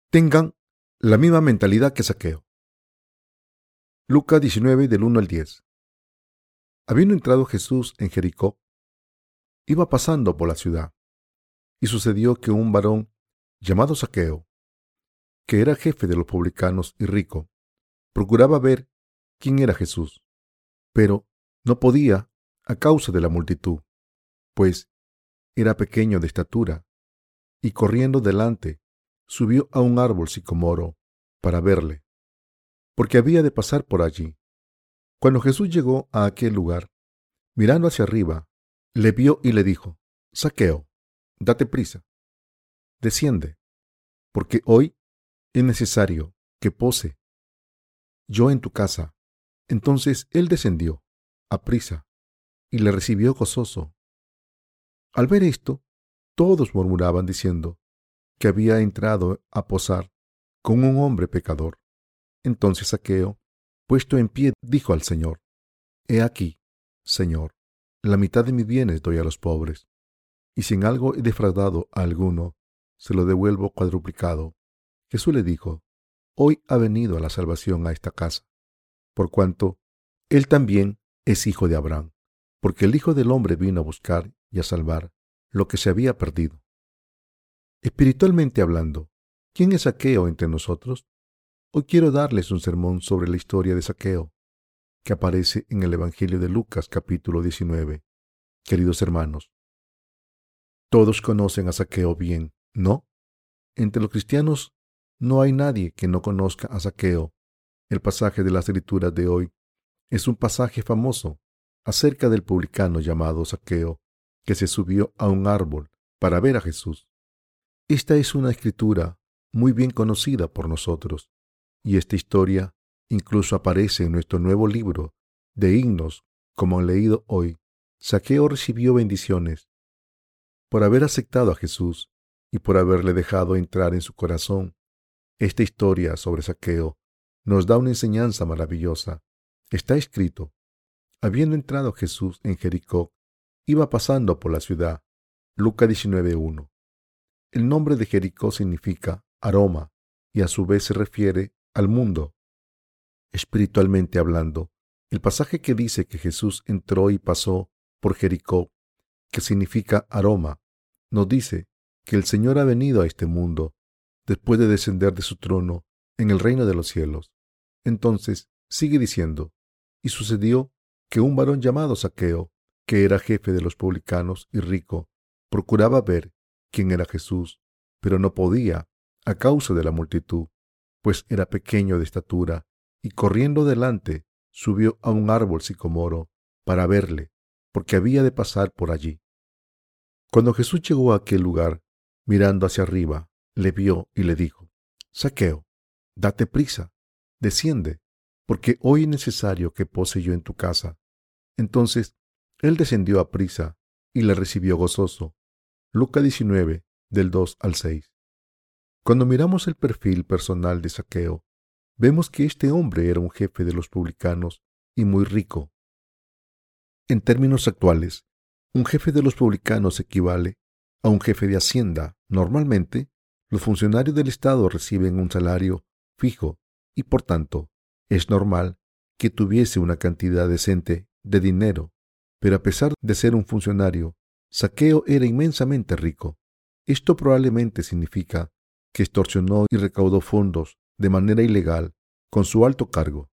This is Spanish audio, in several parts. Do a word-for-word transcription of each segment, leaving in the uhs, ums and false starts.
tengan la misma mentalidad que Zaqueo. Lucas diecinueve, del uno al diez. Habiendo entrado Jesús en Jericó, iba pasando por la ciudad, y sucedió que un varón llamado Zaqueo, que era jefe de los publicanos y rico, procuraba ver quién era Jesús, pero no podía a causa de la multitud, pues era pequeño de estatura, y corriendo delante, subió a un árbol sicomoro para verle, porque había de pasar por allí. Cuando Jesús llegó a aquel lugar, mirando hacia arriba, le vio y le dijo: Zaqueo, date prisa, desciende, porque hoy es necesario que pose yo en tu casa. Entonces él descendió a prisa y le recibió gozoso. Al ver esto, todos murmuraban diciendo que había entrado a posar con un hombre pecador. Entonces Zaqueo, puesto en pie, dijo al Señor: He aquí, Señor, la mitad de mis bienes doy a los pobres, y si en algo he defraudado a alguno, se lo devuelvo cuadruplicado. Jesús le dijo: Hoy ha venido la salvación a esta casa, por cuanto él también es hijo de Abraham, porque el Hijo del Hombre vino a buscar y a salvar lo que se había perdido. Espiritualmente hablando, ¿quién es Zaqueo entre nosotros? Hoy quiero darles un sermón sobre la historia de Zaqueo, que aparece en el Evangelio de Lucas capítulo diecinueve. Queridos hermanos, todos conocen a Zaqueo bien, ¿no? Entre los cristianos no hay nadie que no conozca a Zaqueo. El pasaje de las Escrituras de hoy es un pasaje famoso acerca del publicano llamado Zaqueo, que se subió a un árbol para ver a Jesús. Esta es una escritura muy bien conocida por nosotros, y esta historia incluso aparece en nuestro nuevo libro de himnos, como han leído hoy. Zaqueo recibió bendiciones por haber aceptado a Jesús y por haberle dejado entrar en su corazón. Esta historia sobre Zaqueo nos da una enseñanza maravillosa. Está escrito: habiendo entrado Jesús en Jericó, iba pasando por la ciudad. Lucas diecinueve, uno. El nombre de Jericó significa aroma y a su vez se refiere al mundo. Espiritualmente hablando, el pasaje que dice que Jesús entró y pasó por Jericó, que significa aroma, nos dice que el Señor ha venido a este mundo después de descender de su trono en el reino de los cielos. Entonces sigue diciendo: y sucedió que un varón llamado Zaqueo, que era jefe de los publicanos y rico, procuraba ver quién era Jesús, pero no podía a causa de la multitud, pues era pequeño de estatura, y corriendo delante subió a un árbol sicomoro para verle, porque había de pasar por allí. Cuando Jesús llegó a aquel lugar, mirando hacia arriba, le vio y le dijo: Zaqueo, date prisa, desciende, porque hoy es necesario que pose yo en tu casa. Entonces él descendió a prisa y le recibió gozoso. Lucas diecinueve, del dos al seis. Cuando miramos el perfil personal de Zaqueo, vemos que este hombre era un jefe de los publicanos y muy rico. En términos actuales, un jefe de los publicanos equivale a un jefe de hacienda. Normalmente, los funcionarios del Estado reciben un salario fijo y, por tanto, es normal que tuviese una cantidad decente de dinero. Pero a pesar de ser un funcionario, Zaqueo era inmensamente rico. Esto probablemente significa que extorsionó y recaudó fondos de manera ilegal con su alto cargo.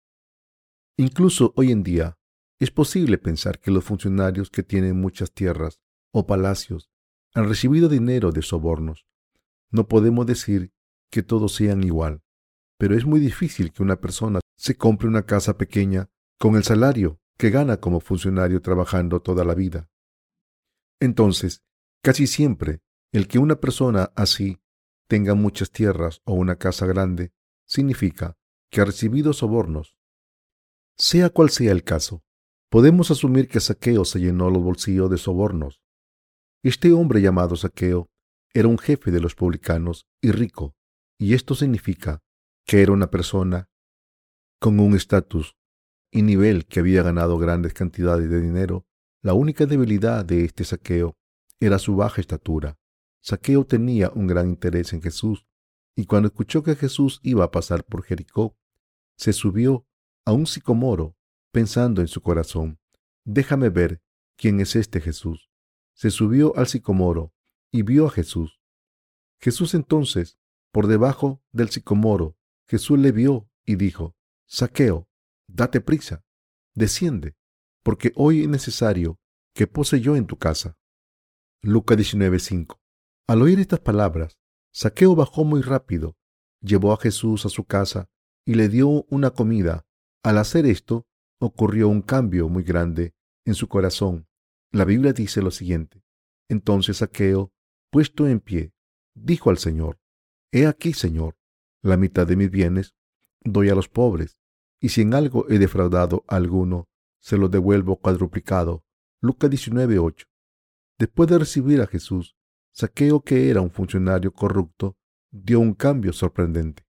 Incluso hoy en día, es posible pensar que los funcionarios que tienen muchas tierras o palacios han recibido dinero de sobornos. No podemos decir que todos sean igual, pero es muy difícil que una persona se compre una casa pequeña con el salario que gana como funcionario trabajando toda la vida. Entonces, casi siempre, el que una persona así tenga muchas tierras o una casa grande significa que ha recibido sobornos. Sea cual sea el caso, podemos asumir que Zaqueo se llenó los bolsillos de sobornos. Este hombre llamado Zaqueo era un jefe de los publicanos y rico, y esto significa que era una persona con un estatus y nivel que había ganado grandes cantidades de dinero. La única debilidad de este Zaqueo era su baja estatura. Zaqueo tenía un gran interés en Jesús y cuando escuchó que Jesús iba a pasar por Jericó, se subió a un sicomoro, pensando en su corazón: déjame ver quién es este Jesús. Se subió al sicomoro y vio a Jesús. Jesús entonces, por debajo del sicomoro, Jesús le vio y dijo: Zaqueo, date prisa, desciende, porque hoy es necesario que pose yo en tu casa. Lucas diecinueve cinco. Al oír estas palabras, Zaqueo bajó muy rápido, llevó a Jesús a su casa y le dio una comida. Al hacer esto, ocurrió un cambio muy grande en su corazón. La Biblia dice lo siguiente: entonces Zaqueo, puesto en pie, dijo al Señor: He aquí, Señor, la mitad de mis bienes doy a los pobres, y si en algo he defraudado a alguno, se lo devuelvo cuadruplicado. Lucas diecinueve ocho. Después de recibir a Jesús, Zaqueo, que era un funcionario corrupto, dio un cambio sorprendente.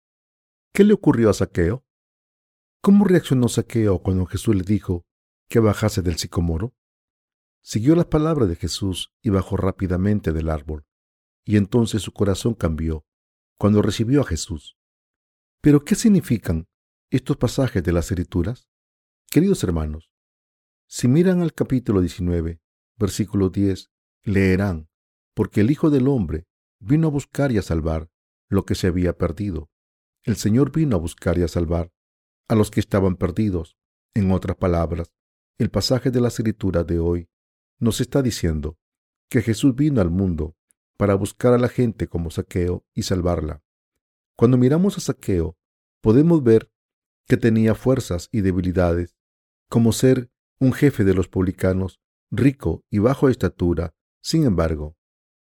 ¿Qué le ocurrió a Zaqueo? ¿Cómo reaccionó Zaqueo cuando Jesús le dijo que bajase del sicomoro? Siguió las palabras de Jesús y bajó rápidamente del árbol. Y entonces su corazón cambió cuando recibió a Jesús. ¿Pero qué significan estos pasajes de las Escrituras? Queridos hermanos, si miran al capítulo diecinueve, versículo diez, leerán: porque el Hijo del Hombre vino a buscar y a salvar lo que se había perdido. El Señor vino a buscar y a salvar a los que estaban perdidos. En otras palabras, el pasaje de la Escritura de hoy nos está diciendo que Jesús vino al mundo para buscar a la gente como Zaqueo y salvarla. Cuando miramos a Zaqueo, podemos ver que tenía fuerzas y debilidades, como ser un jefe de los publicanos, rico y bajo estatura. Sin embargo,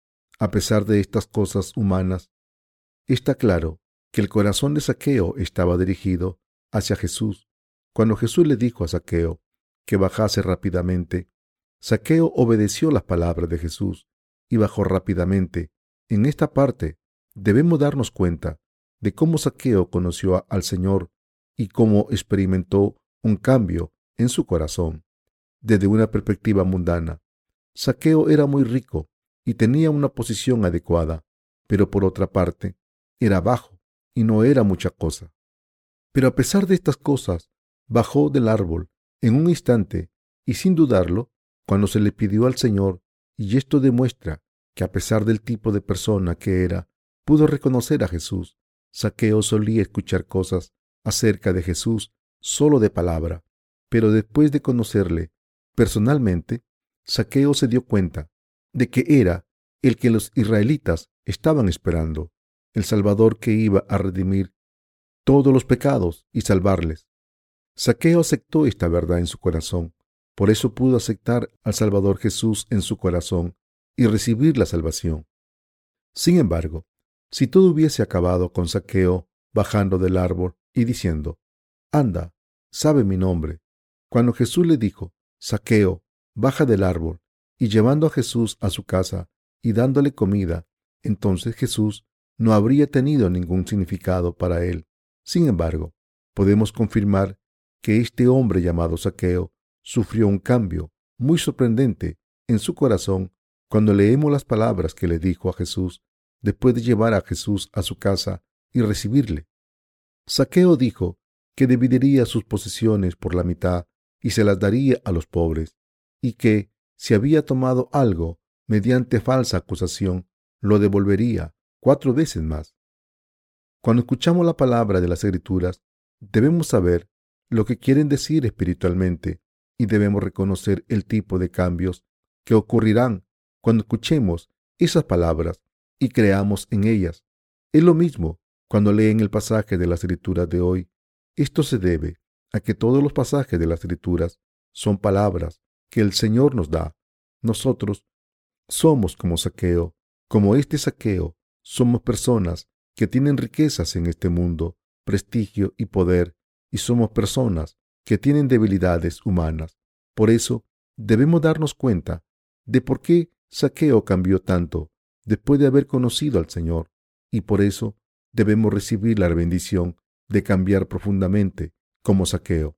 a pesar de estas cosas humanas, está claro que el corazón de Zaqueo estaba dirigido hacia Jesús. Cuando Jesús le dijo a Zaqueo que bajase rápidamente, Zaqueo obedeció las palabras de Jesús y bajó rápidamente. En esta parte debemos darnos cuenta de cómo Zaqueo conoció al Señor y cómo experimentó un cambio en su corazón. Desde una perspectiva mundana, Zaqueo era muy rico y tenía una posición adecuada, pero por otra parte, era bajo y no era mucha cosa. Pero a pesar de estas cosas, bajó del árbol en un instante y sin dudarlo cuando se le pidió al Señor, y esto demuestra que a pesar del tipo de persona que era, pudo reconocer a Jesús. Zaqueo solía escuchar cosas acerca de Jesús solo de palabra, pero después de conocerle personalmente, Zaqueo se dio cuenta de que era el que los israelitas estaban esperando, el Salvador que iba a redimir todos los pecados y salvarles. Zaqueo aceptó esta verdad en su corazón. Por eso pudo aceptar al Salvador Jesús en su corazón y recibir la salvación. Sin embargo, si todo hubiese acabado con Zaqueo bajando del árbol y diciendo: Anda, sabe mi nombre, cuando Jesús le dijo: Zaqueo, baja del árbol, y llevando a Jesús a su casa y dándole comida, entonces Jesús no habría tenido ningún significado para él. Sin embargo, podemos confirmar que este hombre llamado Zaqueo sufrió un cambio muy sorprendente en su corazón cuando leemos las palabras que le dijo a Jesús después de llevar a Jesús a su casa y recibirle. Zaqueo dijo que dividiría sus posesiones por la mitad y se las daría a los pobres, y que si había tomado algo mediante falsa acusación, lo devolvería cuatro veces más. Cuando escuchamos la palabra de las Escrituras, debemos saber lo que quieren decir espiritualmente y debemos reconocer el tipo de cambios que ocurrirán cuando escuchemos esas palabras y creamos en ellas. Es lo mismo cuando leen el pasaje de las Escrituras de hoy. Esto se debe a que todos los pasajes de las Escrituras son palabras que el Señor nos da. Nosotros somos como Zaqueo. Como este Zaqueo, somos personas que tienen riquezas en este mundo, prestigio y poder, y somos personas que tienen debilidades humanas. Por eso, debemos darnos cuenta de por qué Zaqueo cambió tanto después de haber conocido al Señor, y por eso debemos recibir la bendición de cambiar profundamente como Zaqueo.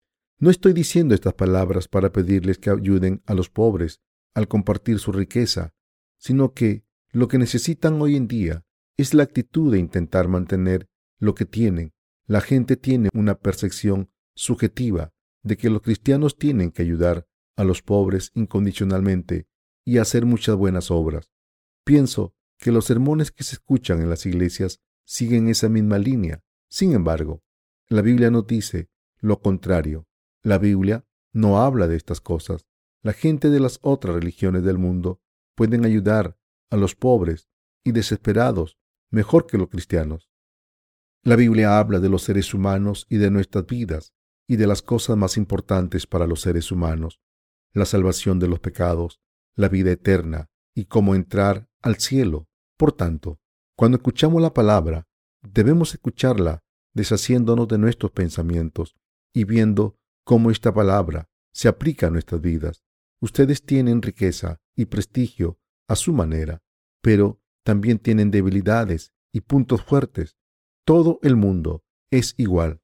No estoy diciendo estas palabras para pedirles que ayuden a los pobres al compartir su riqueza, sino que lo que necesitan hoy en día es la actitud de intentar mantener lo que tienen. La gente tiene una percepción subjetiva de que los cristianos tienen que ayudar a los pobres incondicionalmente y hacer muchas buenas obras. Pienso que los sermones que se escuchan en las iglesias siguen esa misma línea. Sin embargo, la Biblia nos dice lo contrario. La Biblia no habla de estas cosas. La gente de las otras religiones del mundo pueden ayudar a los pobres y desesperados mejor que los cristianos. La Biblia habla de los seres humanos y de nuestras vidas y de las cosas más importantes para los seres humanos: la salvación de los pecados, la vida eterna y cómo entrar al cielo. Por tanto, cuando escuchamos la palabra, debemos escucharla deshaciéndonos de nuestros pensamientos y viendo cómo esta palabra se aplica a nuestras vidas. Ustedes tienen riqueza y prestigio a su manera, pero también tienen debilidades y puntos fuertes. Todo el mundo es igual.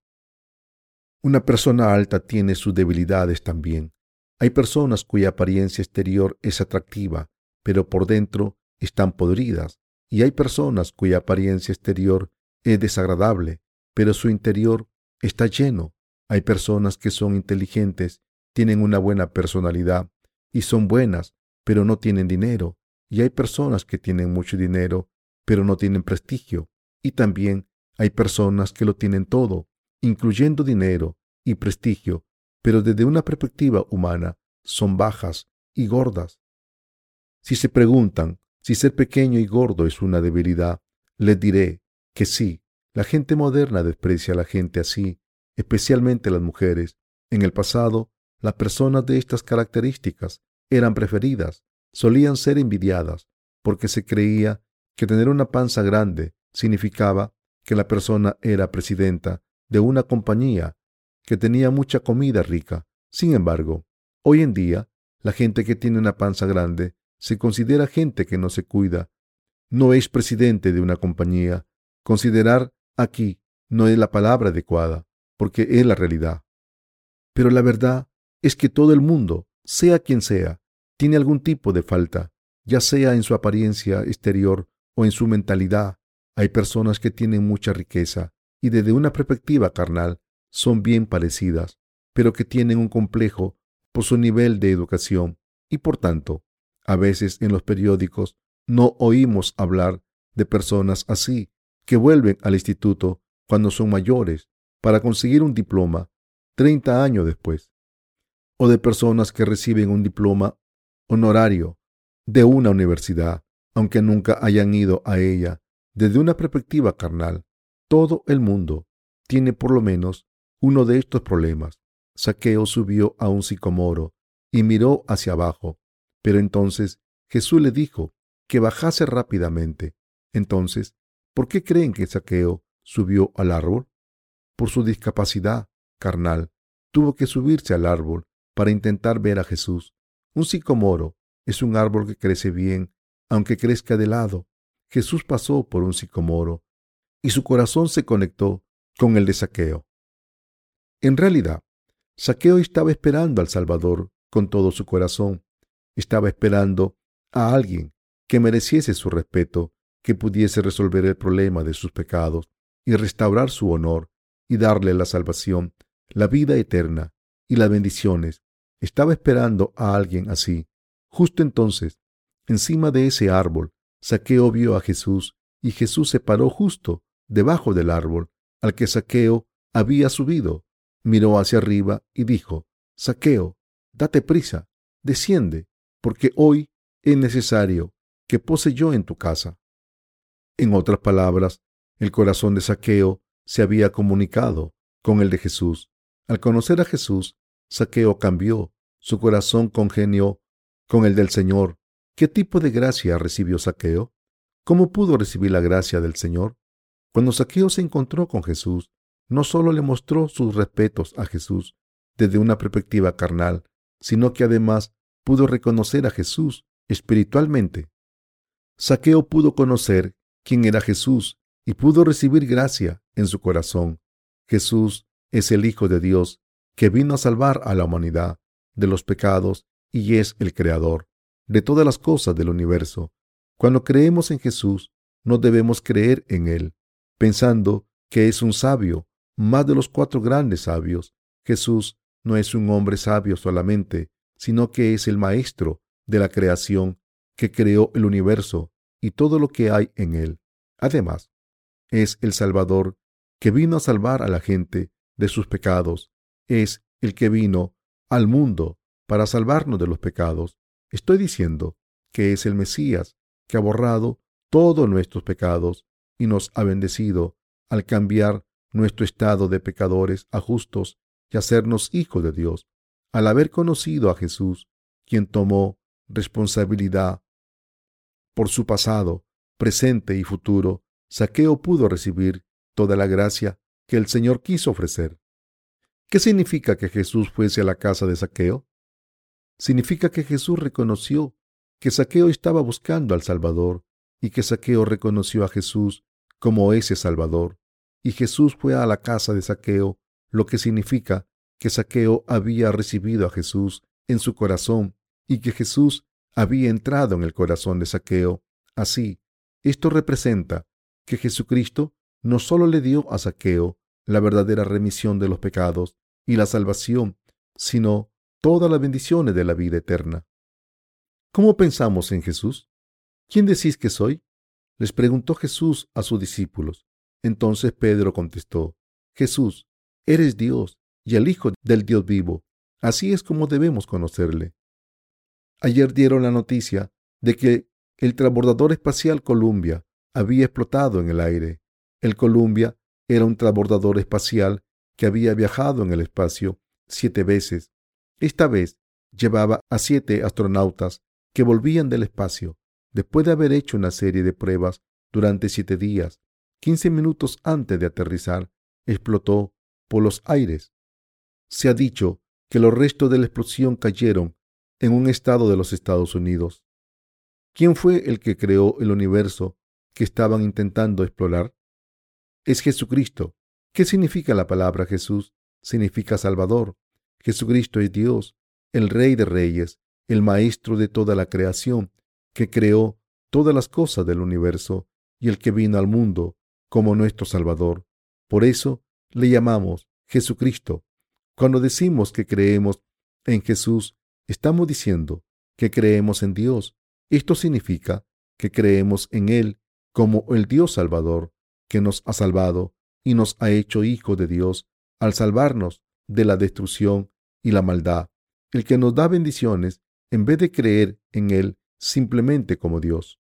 Una persona alta tiene sus debilidades también. Hay personas cuya apariencia exterior es atractiva, pero por dentro están podridas. Y hay personas cuya apariencia exterior es desagradable, pero su interior está lleno. Hay personas que son inteligentes, tienen una buena personalidad y son buenas, pero no tienen dinero. Y hay personas que tienen mucho dinero, pero no tienen prestigio. Y también hay personas que lo tienen todo, incluyendo dinero y prestigio, pero desde una perspectiva humana son bajas y gordas. Si se preguntan si ser pequeño y gordo es una debilidad, les diré que sí. La gente moderna desprecia a la gente así, especialmente las mujeres. En el pasado, las personas de estas características eran preferidas, solían ser envidiadas, porque se creía que tener una panza grande significaba que la persona era presidenta de una compañía que tenía mucha comida rica. Sin embargo, hoy en día, la gente que tiene una panza grande se considera gente que no se cuida. No es presidente de una compañía. Considerar aquí no es la palabra adecuada, porque es la realidad. Pero la verdad es que todo el mundo, sea quien sea, tiene algún tipo de falta, ya sea en su apariencia exterior o en su mentalidad. Hay personas que tienen mucha riqueza y desde una perspectiva carnal son bien parecidas, pero que tienen un complejo por su nivel de educación y por tanto, a veces en los periódicos no oímos hablar de personas así que vuelven al instituto cuando son mayores para conseguir un diploma treinta años después, o de personas que reciben un diploma honorario de una universidad, aunque nunca hayan ido a ella. Desde una perspectiva carnal, todo el mundo tiene por lo menos uno de estos problemas. Zaqueo subió a un sicomoro y miró hacia abajo, pero entonces Jesús le dijo que bajase rápidamente. Entonces, ¿por qué creen que Zaqueo subió al árbol? Por su discapacidad carnal, tuvo que subirse al árbol para intentar ver a Jesús. Un sicomoro es un árbol que crece bien, aunque crezca de lado. Jesús pasó por un sicomoro y su corazón se conectó con el de Zaqueo. En realidad, Zaqueo estaba esperando al Salvador con todo su corazón. Estaba esperando a alguien que mereciese su respeto, que pudiese resolver el problema de sus pecados y restaurar su honor y darle la salvación, la vida eterna y las bendiciones. Estaba esperando a alguien así. Justo entonces, encima de ese árbol, Zaqueo vio a Jesús y Jesús se paró justo debajo del árbol al que Zaqueo había subido. Miró hacia arriba y dijo: Zaqueo, date prisa, desciende, porque hoy es necesario que pose yo en tu casa. En otras palabras, el corazón de Zaqueo se había comunicado con el de Jesús. Al conocer a Jesús, Zaqueo cambió, su corazón congenió con el del Señor. ¿Qué tipo de gracia recibió Zaqueo? ¿Cómo pudo recibir la gracia del Señor? Cuando Zaqueo se encontró con Jesús, no solo le mostró sus respetos a Jesús desde una perspectiva carnal, sino que además pudo reconocer a Jesús espiritualmente. Zaqueo pudo conocer quién era Jesús y pudo recibir gracia en su corazón. Jesús es el Hijo de Dios que vino a salvar a la humanidad de los pecados y es el Creador de todas las cosas del universo. Cuando creemos en Jesús, no debemos creer en él, pensando que es un sabio, más de los cuatro grandes sabios. Jesús no es un hombre sabio solamente, sino que es el maestro de la creación que creó el universo y todo lo que hay en él. Además, es el Salvador que vino a salvar a la gente de sus pecados. Es el que vino al mundo para salvarnos de los pecados. Estoy diciendo que es el Mesías que ha borrado todos nuestros pecados y nos ha bendecido al cambiar nuestro estado de pecadores a justos y hacernos hijos de Dios. Al haber conocido a Jesús, quien tomó responsabilidad por su pasado, presente y futuro, Zaqueo pudo recibir toda la gracia que el Señor quiso ofrecer. ¿Qué significa que Jesús fuese a la casa de Zaqueo? Significa que Jesús reconoció que Zaqueo estaba buscando al Salvador y que Zaqueo reconoció a Jesús como ese Salvador. Y Jesús fue a la casa de Zaqueo, lo que significa que Zaqueo había recibido a Jesús en su corazón y que Jesús había entrado en el corazón de Zaqueo. Así, esto representa que Jesucristo no solo le dio a Zaqueo la verdadera remisión de los pecados y la salvación, sino todas las bendiciones de la vida eterna. ¿Cómo pensamos en Jesús? ¿Quién decís que soy?, les preguntó Jesús a sus discípulos. Entonces Pedro contestó: Jesús, eres Dios y el Hijo del Dios vivo. Así es como debemos conocerle. Ayer dieron la noticia de que el transbordador espacial Columbia había explotado en el aire. El Columbia era un transbordador espacial que había viajado en el espacio siete veces. Esta vez llevaba a siete astronautas que volvían del espacio después de haber hecho una serie de pruebas durante siete días. Quince minutos antes de aterrizar, explotó por los aires. Se ha dicho que los restos de la explosión cayeron en un estado de los Estados Unidos. ¿Quién fue el que creó el universo que estaban intentando explorar? Es Jesucristo. ¿Qué significa la palabra Jesús? Significa Salvador. Jesucristo es Dios, el Rey de Reyes, el Maestro de toda la creación, que creó todas las cosas del universo y el que vino al mundo como nuestro Salvador. Por eso le llamamos Jesucristo. Cuando decimos que creemos en Jesús, estamos diciendo que creemos en Dios. Esto significa que creemos en Él como el Dios Salvador, que nos ha salvado y nos ha hecho hijos de Dios al salvarnos de la destrucción y la maldad, el que nos da bendiciones en vez de creer en Él simplemente como Dios.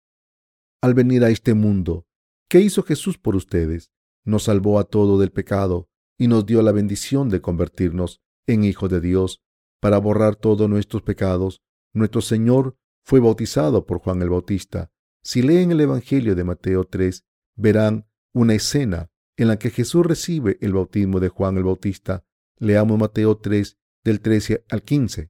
Al venir a este mundo, ¿qué hizo Jesús por ustedes? Nos salvó a todos del pecado y nos dio la bendición de convertirnos en hijos de Dios para borrar todos nuestros pecados. Nuestro Señor fue bautizado por Juan el Bautista. Si leen el Evangelio de Mateo tres, verán una escena en la que Jesús recibe el bautismo de Juan el Bautista. Leamos Mateo tres, del trece al quince.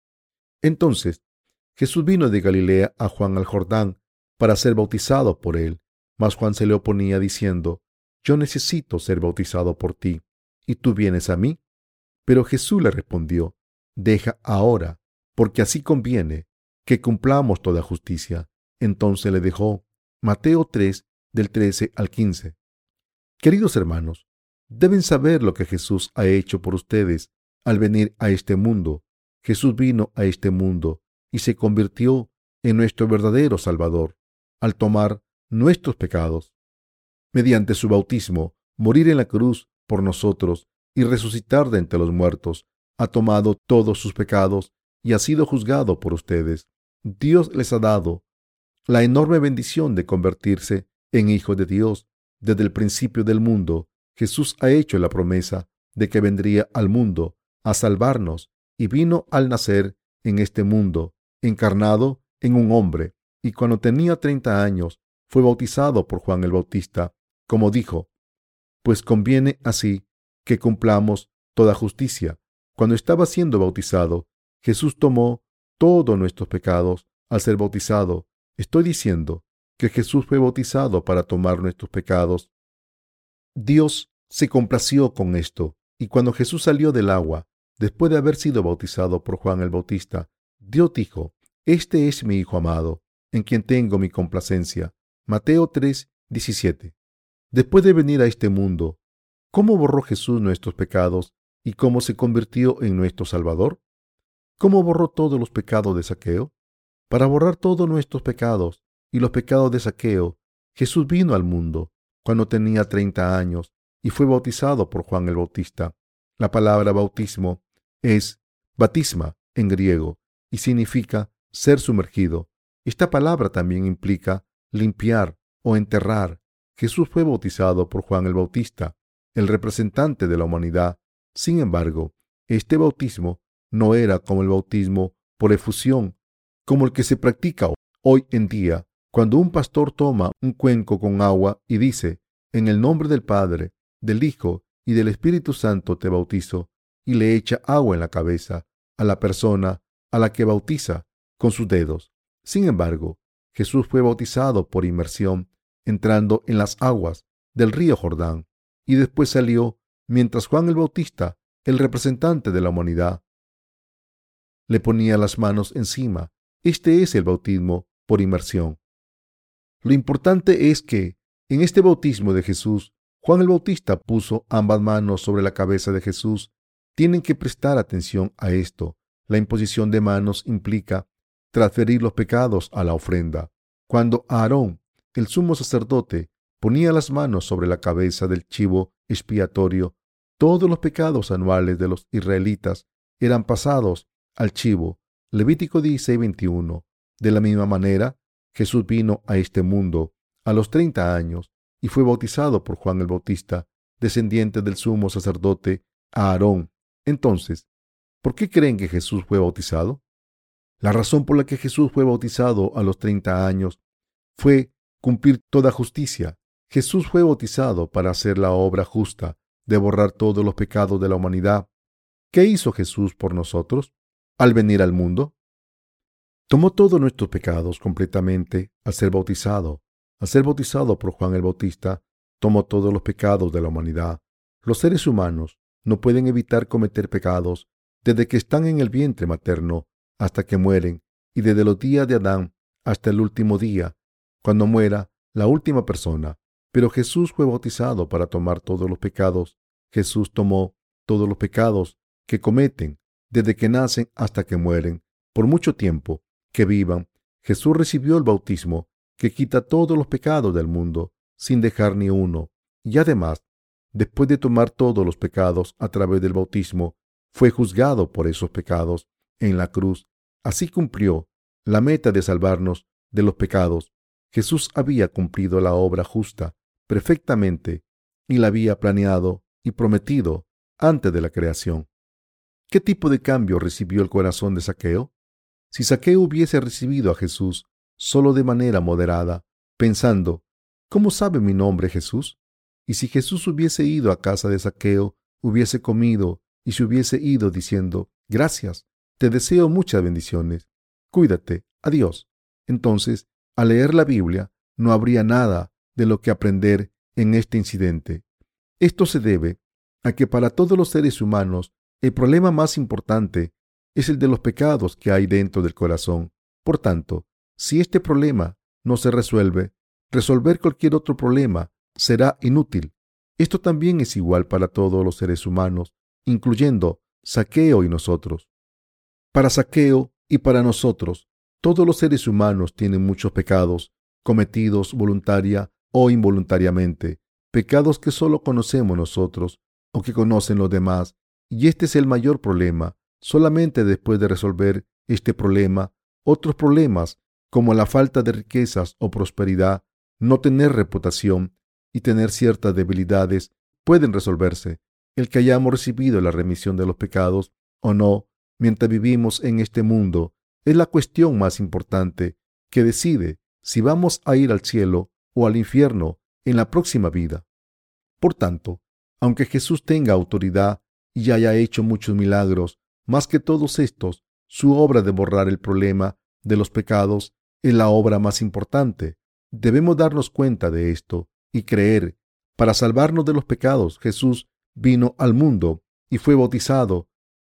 Entonces, Jesús vino de Galilea a Juan al Jordán para ser bautizado por él. Mas Juan se le oponía diciendo: Yo necesito ser bautizado por ti, ¿y tú vienes a mí? Pero Jesús le respondió: Deja ahora, porque así conviene que cumplamos toda justicia. Entonces le dejó. Mateo tres, del trece al quince. Queridos hermanos, deben saber lo que Jesús ha hecho por ustedes al venir a este mundo. Jesús vino a este mundo y se convirtió en nuestro verdadero Salvador al tomar nuestros pecados. Mediante su bautismo, morir en la cruz por nosotros y resucitar de entre los muertos, ha tomado todos sus pecados y ha sido juzgado por ustedes. Dios les ha dado la enorme bendición de convertirse en hijos de Dios. Desde el principio del mundo, Jesús ha hecho la promesa de que vendría al mundo a salvarnos y vino al nacer en este mundo, encarnado en un hombre, y cuando tenía treinta años fue bautizado por Juan el Bautista, como dijo, pues conviene así que cumplamos toda justicia. Cuando estaba siendo bautizado, Jesús tomó todos nuestros pecados al ser bautizado. Estoy diciendo que Jesús fue bautizado para tomar nuestros pecados. Dios se complació con esto, y cuando Jesús salió del agua, después de haber sido bautizado por Juan el Bautista, Dios dijo: Este es mi Hijo amado, en quien tengo mi complacencia. Mateo tres, diecisiete. Después de venir a este mundo, ¿cómo borró Jesús nuestros pecados y cómo se convirtió en nuestro Salvador? ¿Cómo borró todos los pecados de Zaqueo? Para borrar todos nuestros pecados y los pecados de Zaqueo, Jesús vino al mundo cuando tenía treinta años y fue bautizado por Juan el Bautista. La palabra bautismo es batisma en griego y significa ser sumergido. Esta palabra también implica limpiar o enterrar. Jesús fue bautizado por Juan el Bautista, el representante de la humanidad. Sin embargo, este bautismo no era como el bautismo por efusión, como el que se practica hoy en día, cuando un pastor toma un cuenco con agua y dice: en el nombre del Padre, del Hijo y del Espíritu Santo te bautizo, y le echa agua en la cabeza a la persona a la que bautiza con sus dedos. Sin embargo, Jesús fue bautizado por inmersión, entrando en las aguas del río Jordán, y después salió, mientras Juan el Bautista, el representante de la humanidad, le ponía las manos encima. Este es el bautismo por inmersión. Lo importante es que, en este bautismo de Jesús, Juan el Bautista puso ambas manos sobre la cabeza de Jesús. Tienen que prestar atención a esto. La imposición de manos implica transferir los pecados a la ofrenda. Cuando Aarón, el sumo sacerdote, ponía las manos sobre la cabeza del chivo expiatorio, todos los pecados anuales de los israelitas eran pasados al chivo. Levítico dieciséis, veintiuno. De la misma manera, Jesús vino a este mundo a los treinta años y fue bautizado por Juan el Bautista, descendiente del sumo sacerdote Aarón. Entonces, ¿por qué creen que Jesús fue bautizado? La razón por la que Jesús fue bautizado a los treinta años fue cumplir toda justicia. Jesús fue bautizado para hacer la obra justa de borrar todos los pecados de la humanidad. ¿Qué hizo Jesús por nosotros al venir al mundo? Tomó todos nuestros pecados completamente al ser bautizado. Al ser bautizado por Juan el Bautista, tomó todos los pecados de la humanidad. Los seres humanos no pueden evitar cometer pecados desde que están en el vientre materno hasta que mueren, y desde los días de Adán hasta el último día, cuando muera la última persona. Pero Jesús fue bautizado para tomar todos los pecados. Jesús tomó todos los pecados que cometen desde que nacen hasta que mueren. Por mucho tiempo que vivan, Jesús recibió el bautismo que quita todos los pecados del mundo, sin dejar ni uno. Y además, después de tomar todos los pecados a través del bautismo, fue juzgado por esos pecados en la cruz. Así cumplió la meta de salvarnos de los pecados. Jesús había cumplido la obra justa perfectamente y la había planeado y prometido antes de la creación. ¿Qué tipo de cambio recibió el corazón de Zaqueo? Si Zaqueo hubiese recibido a Jesús solo de manera moderada, pensando: ¿cómo sabe mi nombre Jesús? Y si Jesús hubiese ido a casa de Zaqueo, hubiese comido y se hubiese ido diciendo: gracias, te deseo muchas bendiciones, cuídate, adiós. Entonces, al leer la Biblia, no habría nada de lo que aprender en este incidente. Esto se debe a que para todos los seres humanos el problema más importante es el de los pecados que hay dentro del corazón. Por tanto, si este problema no se resuelve, resolver cualquier otro problema será inútil. Esto también es igual para todos los seres humanos, incluyendo Zaqueo y nosotros. Para Zaqueo y para nosotros, todos los seres humanos tienen muchos pecados, cometidos voluntaria o involuntariamente, pecados que solo conocemos nosotros o que conocen los demás, y este es el mayor problema. Solamente después de resolver este problema, otros problemas como la falta de riquezas o prosperidad, no tener reputación y tener ciertas debilidades pueden resolverse. El que hayamos recibido la remisión de los pecados o no mientras vivimos en este mundo es la cuestión más importante que decide si vamos a ir al cielo o al infierno en la próxima vida. Por tanto, aunque Jesús tenga autoridad y haya hecho muchos milagros, más que todos estos, su obra de borrar el problema de los pecados es la obra más importante. Debemos darnos cuenta de esto y creer. Para salvarnos de los pecados, Jesús vino al mundo y fue bautizado.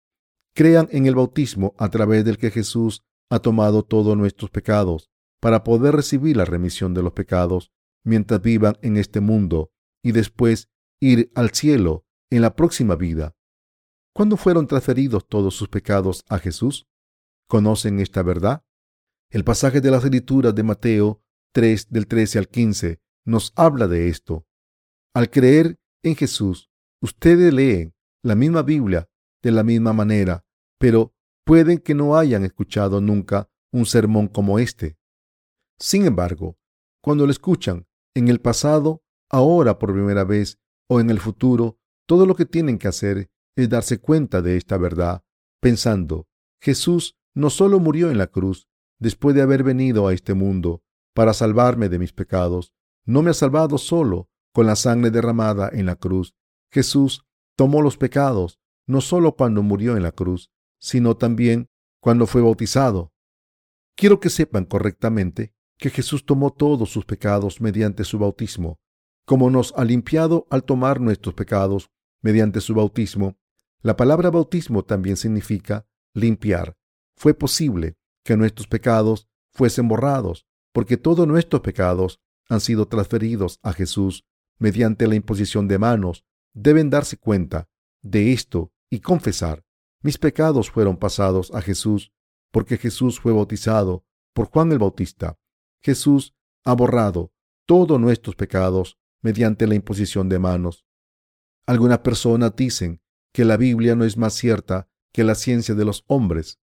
Crean en el bautismo a través del que Jesús ha tomado todos nuestros pecados para poder recibir la remisión de los pecados. mientras vivan en este mundo y después ir al cielo en la próxima vida. ¿Cuándo fueron transferidos todos sus pecados a Jesús? ¿Conocen esta verdad? El pasaje de las Escrituras de Mateo tres, del trece al quince, nos habla de esto. Al creer en Jesús, ustedes leen la misma Biblia de la misma manera, pero pueden que no hayan escuchado nunca un sermón como este. Sin embargo, cuando lo escuchan en el pasado, ahora por primera vez o en el futuro, todo lo que tienen que hacer es darse cuenta de esta verdad, pensando: Jesús no solo murió en la cruz después de haber venido a este mundo para salvarme de mis pecados, no me ha salvado solo con la sangre derramada en la cruz. Jesús tomó los pecados no solo cuando murió en la cruz, sino también cuando fue bautizado. Quiero que sepan correctamente que Jesús tomó todos sus pecados mediante su bautismo. Como nos ha limpiado al tomar nuestros pecados mediante su bautismo, la palabra bautismo también significa limpiar. Fue posible que nuestros pecados fuesen borrados, porque todos nuestros pecados han sido transferidos a Jesús mediante la imposición de manos. Deben darse cuenta de esto y confesar: mis pecados fueron pasados a Jesús, porque Jesús fue bautizado por Juan el Bautista. Jesús ha borrado todos nuestros pecados mediante la imposición de manos. Algunas personas dicen que la Biblia no es más cierta que la ciencia de los hombres.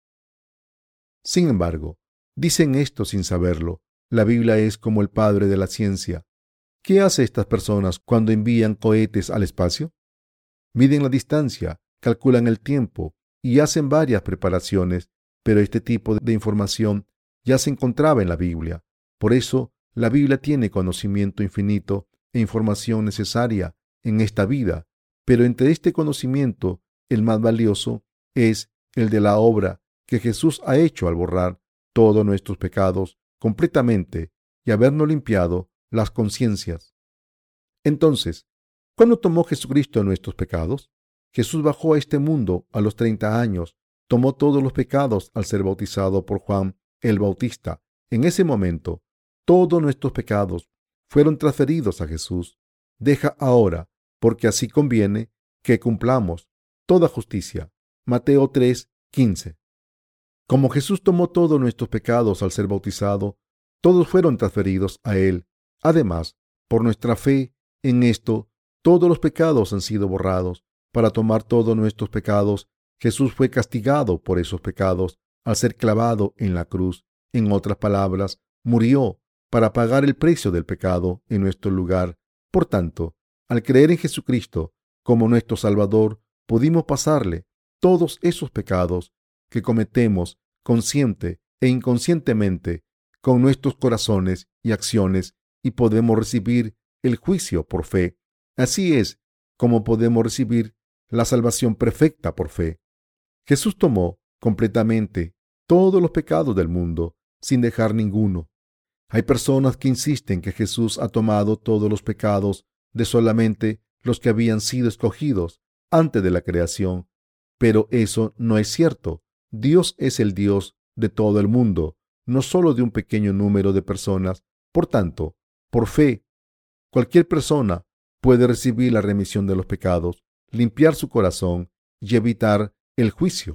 Sin embargo, dicen esto sin saberlo. La Biblia es como el padre de la ciencia. ¿Qué hacen estas personas cuando envían cohetes al espacio? Miden la distancia, calculan el tiempo y hacen varias preparaciones, pero este tipo de información ya se encontraba en la Biblia. Por eso, la Biblia tiene conocimiento infinito e información necesaria en esta vida, pero entre este conocimiento, el más valioso es el de la obra que Jesús ha hecho al borrar todos nuestros pecados completamente y habernos limpiado las conciencias. Entonces, ¿cuándo tomó Jesucristo nuestros pecados? Jesús bajó a este mundo a los treinta años, tomó todos los pecados al ser bautizado por Juan el Bautista. En ese momento, todos nuestros pecados fueron transferidos a Jesús. Deja ahora, porque así conviene, que cumplamos toda justicia. Mateo tres, quince. Como Jesús tomó todos nuestros pecados al ser bautizado, todos fueron transferidos a Él. Además, por nuestra fe en esto, todos los pecados han sido borrados. Para tomar todos nuestros pecados, Jesús fue castigado por esos pecados al ser clavado en la cruz. En otras palabras, murió para pagar el precio del pecado en nuestro lugar. Por tanto, al creer en Jesucristo como nuestro Salvador, pudimos pasarle todos esos pecados que cometemos consciente e inconscientemente con nuestros corazones y acciones, y podemos recibir el juicio por fe. Así es como podemos recibir la salvación perfecta por fe. Jesús tomó completamente todos los pecados del mundo sin dejar ninguno. Hay personas que insisten que Jesús ha tomado todos los pecados de solamente los que habían sido escogidos antes de la creación, pero eso no es cierto. Dios es el Dios de todo el mundo, no solo de un pequeño número de personas. Por tanto, por fe, cualquier persona puede recibir la remisión de los pecados, limpiar su corazón y evitar el juicio.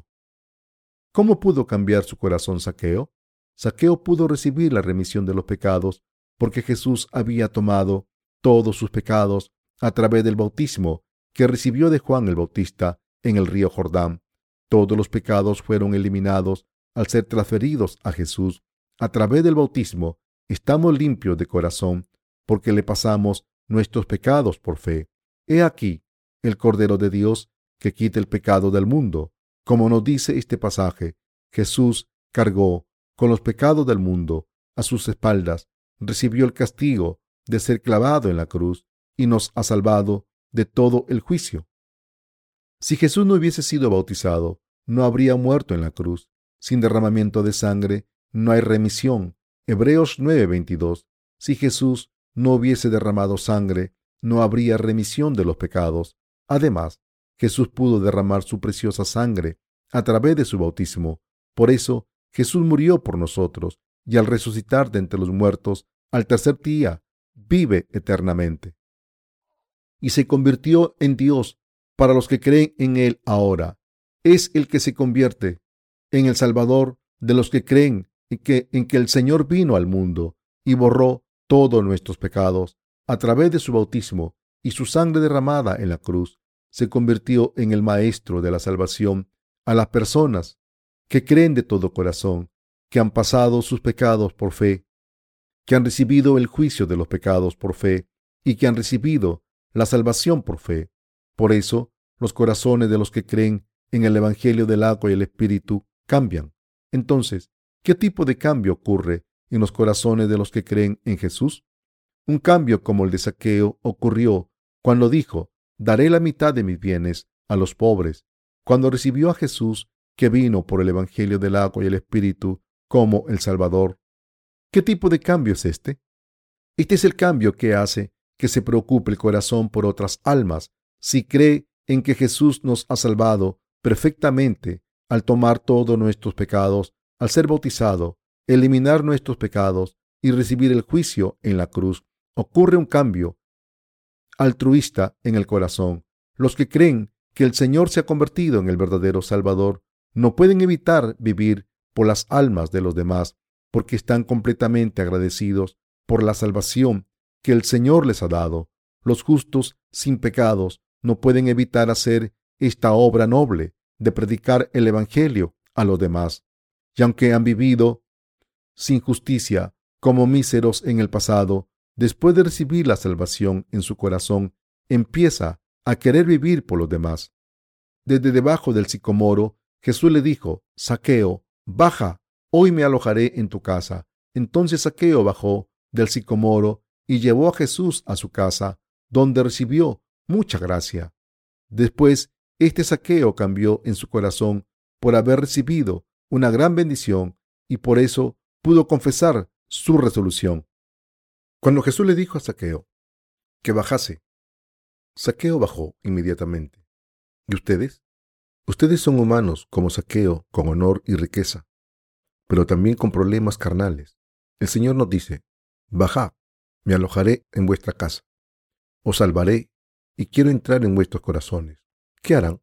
¿Cómo pudo cambiar su corazón Zaqueo? Zaqueo pudo recibir la remisión de los pecados porque Jesús había tomado todos sus pecados a través del bautismo que recibió de Juan el Bautista en el río Jordán. Todos los pecados fueron eliminados al ser transferidos a Jesús. A través del bautismo estamos limpios de corazón porque le pasamos nuestros pecados por fe. He aquí el Cordero de Dios que quita el pecado del mundo. Como nos dice este pasaje, Jesús cargó con los pecados del mundo a sus espaldas, recibió el castigo de ser clavado en la cruz y nos ha salvado de todo el juicio. Si Jesús no hubiese sido bautizado, no habría muerto en la cruz. Sin derramamiento de sangre no hay remisión. Hebreos nueve veintidós. Si Jesús no hubiese derramado sangre, no habría remisión de los pecados. Además, Jesús pudo derramar su preciosa sangre a través de su bautismo. Por eso, Jesús murió por nosotros y al resucitar de entre los muertos al tercer día, vive eternamente. Y se convirtió en Dios para los que creen en Él ahora. Es el que se convierte en el Salvador de los que creen en que, en que el Señor vino al mundo y borró todos nuestros pecados a través de su bautismo y su sangre derramada en la cruz. Se convirtió en el Maestro de la salvación a las personas que creen de todo corazón, que han pasado sus pecados por fe, que han recibido el juicio de los pecados por fe y que han recibido la salvación por fe. Por eso, los corazones de los que creen en el Evangelio del agua y el Espíritu cambian. Entonces, ¿qué tipo de cambio ocurre en los corazones de los que creen en Jesús? Un cambio como el de Zaqueo ocurrió cuando dijo: daré la mitad de mis bienes a los pobres, cuando recibió a Jesús, que vino por el Evangelio del agua y el Espíritu como el Salvador. ¿Qué tipo de cambio es este? Este es el cambio que hace que se preocupe el corazón por otras almas si cree en que Jesús nos ha salvado perfectamente al tomar todos nuestros pecados, al ser bautizado, eliminar nuestros pecados y recibir el juicio en la cruz. Ocurre un cambio altruista en el corazón. Los que creen que el Señor se ha convertido en el verdadero Salvador no pueden evitar vivir por las almas de los demás, porque están completamente agradecidos por la salvación que el Señor les ha dado. Los justos sin pecados no pueden evitar hacer esta obra noble de predicar el Evangelio a los demás. Y aunque han vivido sin justicia como míseros en el pasado, después de recibir la salvación en su corazón, empieza a querer vivir por los demás. Desde debajo del sicomoro, Jesús le dijo: Zaqueo, baja, hoy me alojaré en tu casa. Entonces Zaqueo bajó del sicomoro y llevó a Jesús a su casa, donde recibió mucha gracia. Después, este Zaqueo cambió en su corazón por haber recibido una gran bendición y por eso pudo confesar su resolución. Cuando Jesús le dijo a Zaqueo que bajase, Zaqueo bajó inmediatamente. ¿Y ustedes? Ustedes son humanos como Zaqueo, con honor y riqueza, pero también con problemas carnales. El Señor nos dice: bajad, me alojaré en vuestra casa, os salvaré y quiero entrar en vuestros corazones. ¿Qué harán?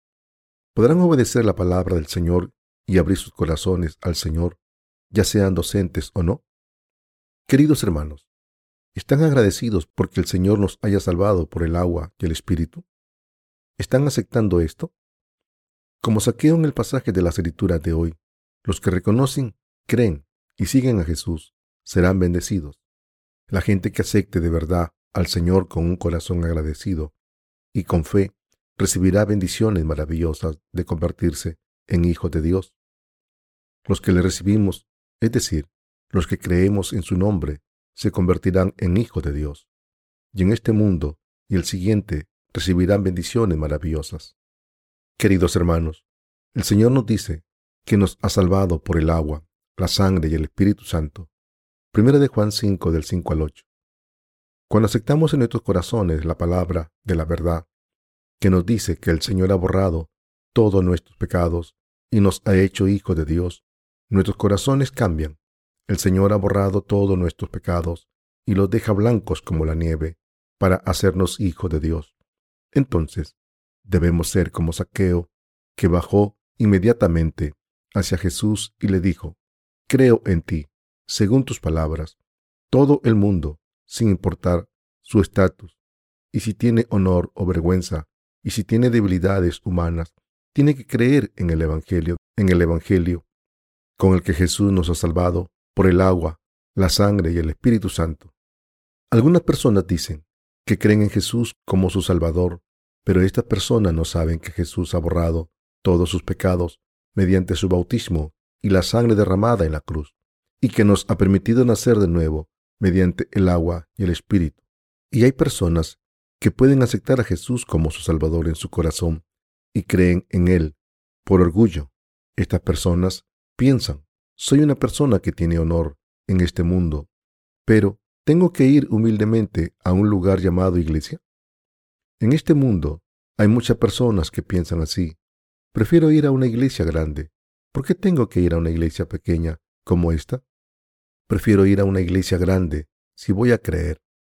¿Podrán obedecer la palabra del Señor y abrir sus corazones al Señor, ya sean docentes o no? Queridos hermanos, ¿están agradecidos porque el Señor nos haya salvado por el agua y el Espíritu? ¿Están aceptando esto? Como Zaqueo en el pasaje de las Escrituras de hoy, los que reconocen, creen y siguen a Jesús serán bendecidos. La gente que acepte de verdad al Señor con un corazón agradecido y con fe recibirá bendiciones maravillosas de convertirse en hijos de Dios. Los que le recibimos, es decir, los que creemos en su nombre, se convertirán en hijos de Dios. Y en este mundo y el siguiente recibirán bendiciones maravillosas. Queridos hermanos, el Señor nos dice que nos ha salvado por el agua, la sangre y el Espíritu Santo. Primera de Juan cinco, del cinco al ocho. Cuando aceptamos en nuestros corazones la palabra de la verdad, que nos dice que el Señor ha borrado todos nuestros pecados y nos ha hecho hijos de Dios, nuestros corazones cambian. El Señor ha borrado todos nuestros pecados y los deja blancos como la nieve para hacernos hijos de Dios. Entonces, debemos ser como Zaqueo, que bajó inmediatamente hacia Jesús y le dijo: creo en ti, según tus palabras. Todo el mundo, sin importar su estatus, y si tiene honor o vergüenza, y si tiene debilidades humanas, tiene que creer en el Evangelio, en el Evangelio, con el que Jesús nos ha salvado por el agua, la sangre y el Espíritu Santo. Algunas personas dicen que creen en Jesús como su Salvador, pero estas personas no saben que Jesús ha borrado todos sus pecados mediante su bautismo y la sangre derramada en la cruz, y que nos ha permitido nacer de nuevo mediante el agua y el Espíritu. Y hay personas que pueden aceptar a Jesús como su Salvador en su corazón y creen en Él por orgullo. Estas personas piensan: soy una persona que tiene honor en este mundo, pero ¿tengo que ir humildemente a un lugar llamado iglesia? En este mundo hay muchas personas que piensan así. Prefiero ir a una iglesia grande. ¿Por qué tengo que ir a una iglesia pequeña como esta? Prefiero ir a una iglesia grande si voy a creer.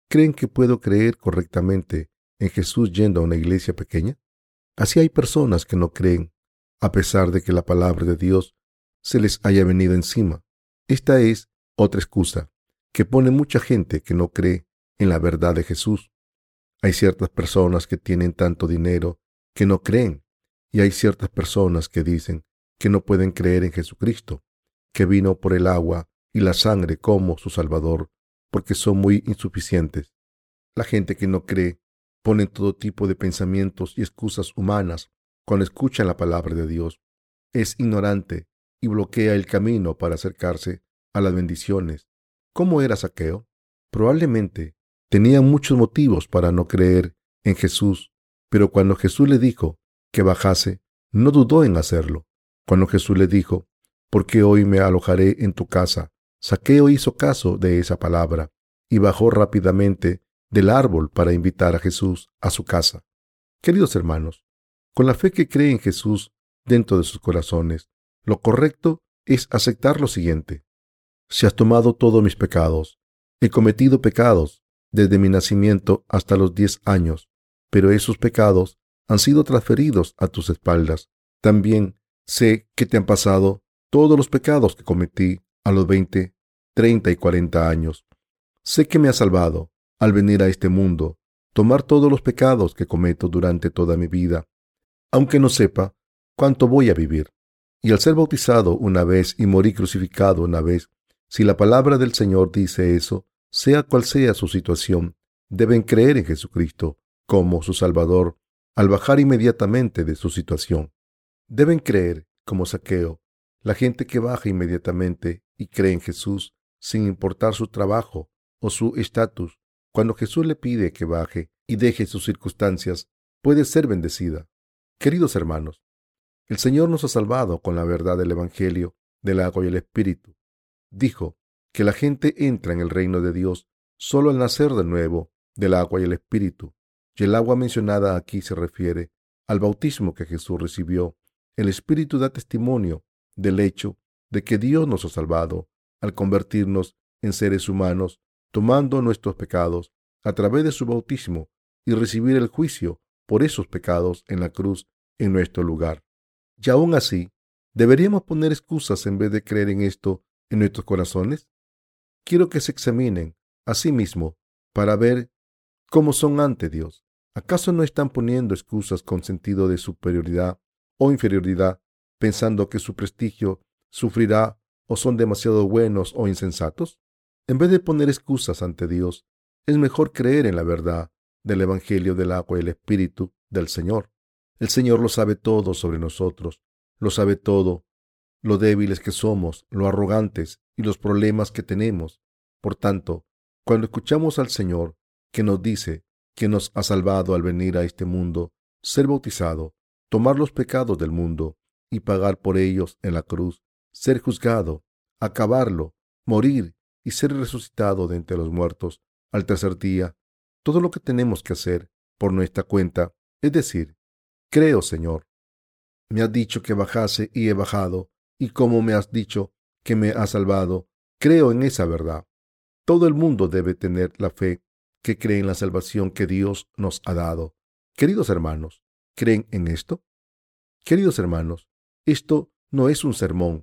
¿Creen que puedo creer correctamente en Jesús yendo a una iglesia pequeña? Así hay personas que no creen, a pesar de que la palabra de Dios se les haya venido encima. Esta es otra excusa que pone mucha gente que no cree en la verdad de Jesús. Hay ciertas personas que tienen tanto dinero que no creen, y hay ciertas personas que dicen que no pueden creer en Jesucristo, que vino por el agua y la sangre como su Salvador, porque son muy insuficientes. La gente que no cree pone todo tipo de pensamientos y excusas humanas cuando escuchan la palabra de Dios. Es ignorante y bloquea el camino para acercarse a las bendiciones. ¿Cómo era Zaqueo? Probablemente tenía muchos motivos para no creer en Jesús, pero cuando Jesús le dijo que bajase, no dudó en hacerlo. Cuando Jesús le dijo, ¿por qué hoy me alojaré en tu casa?, Zaqueo hizo caso de esa palabra y bajó rápidamente del árbol para invitar a Jesús a su casa. Queridos hermanos, con la fe que cree en Jesús dentro de sus corazones, lo correcto es aceptar lo siguiente: si has tomado todos mis pecados, he cometido pecados desde mi nacimiento hasta los diez años, pero esos pecados han sido transferidos a tus espaldas. También sé que te han pasado todos los pecados que cometí a los veinte, treinta y cuarenta años. Sé que me has salvado al venir a este mundo, tomar todos los pecados que cometo durante toda mi vida, aunque no sepa cuánto voy a vivir. Y al ser bautizado una vez y morir crucificado una vez, si la palabra del Señor dice eso, sea cual sea su situación, deben creer en Jesucristo como su Salvador al bajar inmediatamente de su situación. Deben creer, como Zaqueo, la gente que baja inmediatamente y cree en Jesús sin importar su trabajo o su estatus. Cuando Jesús le pide que baje y deje sus circunstancias, puede ser bendecida. Queridos hermanos, el Señor nos ha salvado con la verdad del Evangelio del agua y el Espíritu. Dijo que la gente entra en el reino de Dios solo al nacer de nuevo del agua y el Espíritu. Y el agua mencionada aquí se refiere al bautismo que Jesús recibió. El Espíritu da testimonio del hecho de que Dios nos ha salvado al convertirnos en seres humanos, tomando nuestros pecados a través de su bautismo y recibir el juicio por esos pecados en la cruz en nuestro lugar. Y aún así, ¿deberíamos poner excusas en vez de creer en esto en nuestros corazones? Quiero que se examinen a sí mismos para ver cómo son ante Dios. ¿Acaso no están poniendo excusas con sentido de superioridad o inferioridad, pensando que su prestigio sufrirá o son demasiado buenos o insensatos? En vez de poner excusas ante Dios, es mejor creer en la verdad del Evangelio del agua y el Espíritu del Señor. El Señor lo sabe todo sobre nosotros, lo sabe todo, lo débiles que somos, lo arrogantes y los problemas que tenemos. Por tanto, cuando escuchamos al Señor que nos dice que nos ha salvado al venir a este mundo, ser bautizado, tomar los pecados del mundo y pagar por ellos en la cruz, ser juzgado, acabarlo, morir y ser resucitado de entre los muertos al tercer día, todo lo que tenemos que hacer por nuestra cuenta es decir: creo, Señor, me has dicho que bajase y he bajado, y como me has dicho que me has salvado, creo en esa verdad. Todo el mundo debe tener la fe que cree en la salvación que Dios nos ha dado. Queridos hermanos, ¿creen en esto? Queridos hermanos, esto no es un sermón.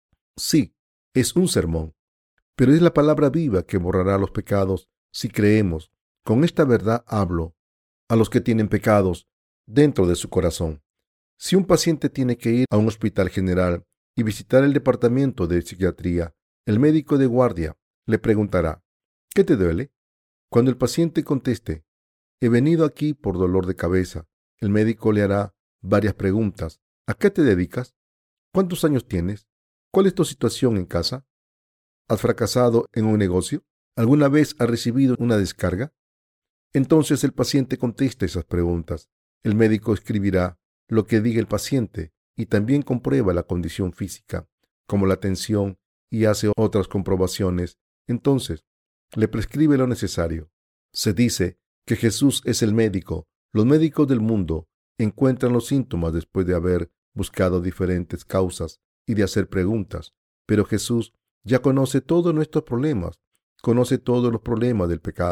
Sí, es un sermón, pero es la palabra viva que borrará los pecados si creemos. Con esta verdad hablo a los que tienen pecados dentro de su corazón. Si un paciente tiene que ir a un hospital general y visitar el departamento de psiquiatría, el médico de guardia le preguntará: ¿qué te duele? Cuando el paciente conteste: he venido aquí por dolor de cabeza, el médico le hará varias preguntas. ¿A qué te dedicas? ¿Cuántos años tienes? ¿Cuál es tu situación en casa? ¿Has fracasado en un negocio? ¿Alguna vez has recibido una descarga? Entonces el paciente contesta esas preguntas. El médico escribirá lo que diga el paciente y también comprueba la condición física, como la tensión, y hace otras comprobaciones. Entonces le prescribe lo necesario. Se dice que Jesús es el médico. Los médicos del mundo encuentran los síntomas después de haber buscado diferentes causas y de hacer preguntas, pero Jesús ya conoce todos nuestros problemas, conoce todos los problemas del pecado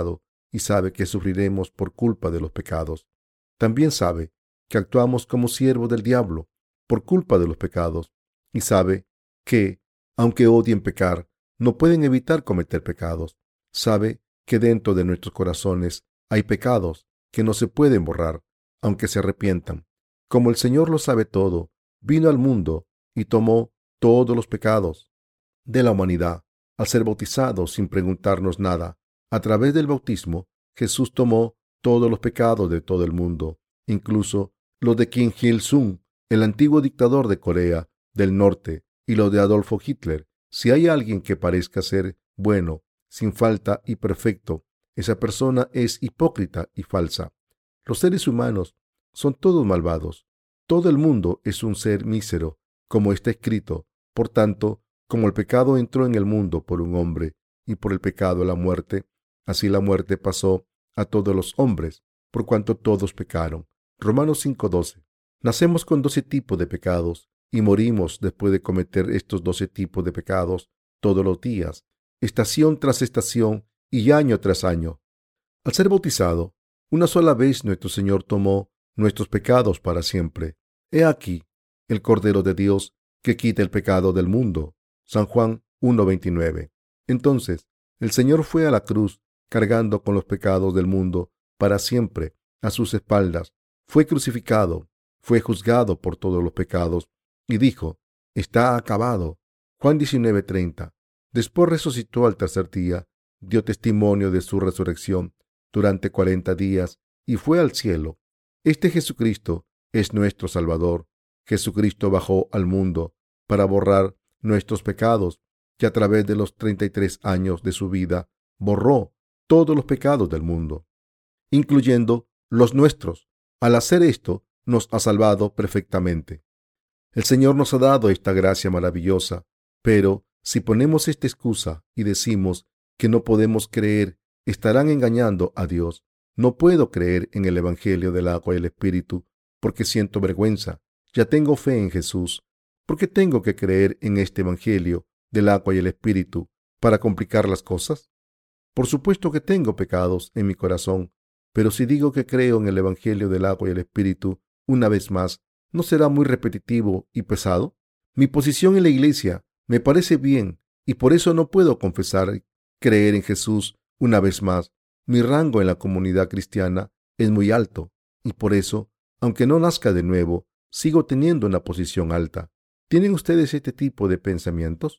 y sabe que sufriremos por culpa de los pecados. También sabe que actuamos como siervos del diablo por culpa de los pecados, y sabe que, aunque odien pecar, no pueden evitar cometer pecados. Sabe que dentro de nuestros corazones hay pecados que no se pueden borrar, aunque se arrepientan. Como el Señor lo sabe todo, vino al mundo y tomó todos los pecados de la humanidad al ser bautizado sin preguntarnos nada. A través del bautismo, Jesús tomó todos los pecados de todo el mundo, incluso los de Kim Il-sung, el antiguo dictador de Corea del Norte, y los de Adolfo Hitler. Si hay alguien que parezca ser bueno, sin falta y perfecto, esa persona es hipócrita y falsa. Los seres humanos son todos malvados. Todo el mundo es un ser mísero, como está escrito. Por tanto, como el pecado entró en el mundo por un hombre, y por el pecado la muerte, así la muerte pasó a todos los hombres, por cuanto todos pecaron. Romanos cinco doce. Nacemos con doce tipos de pecados, y morimos después de cometer estos doce tipos de pecados todos los días, estación tras estación y año tras año. Al ser bautizado, una sola vez nuestro Señor tomó nuestros pecados para siempre. He aquí el Cordero de Dios que quita el pecado del mundo. San Juan uno veintinueve. Entonces, el Señor fue a la cruz cargando con los pecados del mundo para siempre a sus espaldas. Fue crucificado, fue juzgado por todos los pecados y dijo: está acabado. Juan diecinueve treinta. Después resucitó al tercer día, dio testimonio de su resurrección durante cuarenta días y fue al cielo. Este Jesucristo es nuestro Salvador. Jesucristo bajó al mundo para borrar nuestros pecados y a través de los treinta y tres años de su vida borró todos los pecados del mundo, incluyendo los nuestros. Al hacer esto, nos ha salvado perfectamente. El Señor nos ha dado esta gracia maravillosa, pero si ponemos esta excusa y decimos que no podemos creer, estarán engañando a Dios. No puedo creer en el Evangelio del agua y el Espíritu porque siento vergüenza. Ya tengo fe en Jesús. ¿Por qué tengo que creer en este Evangelio del agua y el Espíritu para complicar las cosas? Por supuesto que tengo pecados en mi corazón, pero si digo que creo en el Evangelio del agua y el Espíritu una vez más, ¿no será muy repetitivo y pesado? Mi posición en la iglesia me parece bien y por eso no puedo confesar creer en Jesús una vez más. Mi rango en la comunidad cristiana es muy alto y por eso, aunque no nazca de nuevo, sigo teniendo una posición alta. ¿Tienen ustedes este tipo de pensamientos?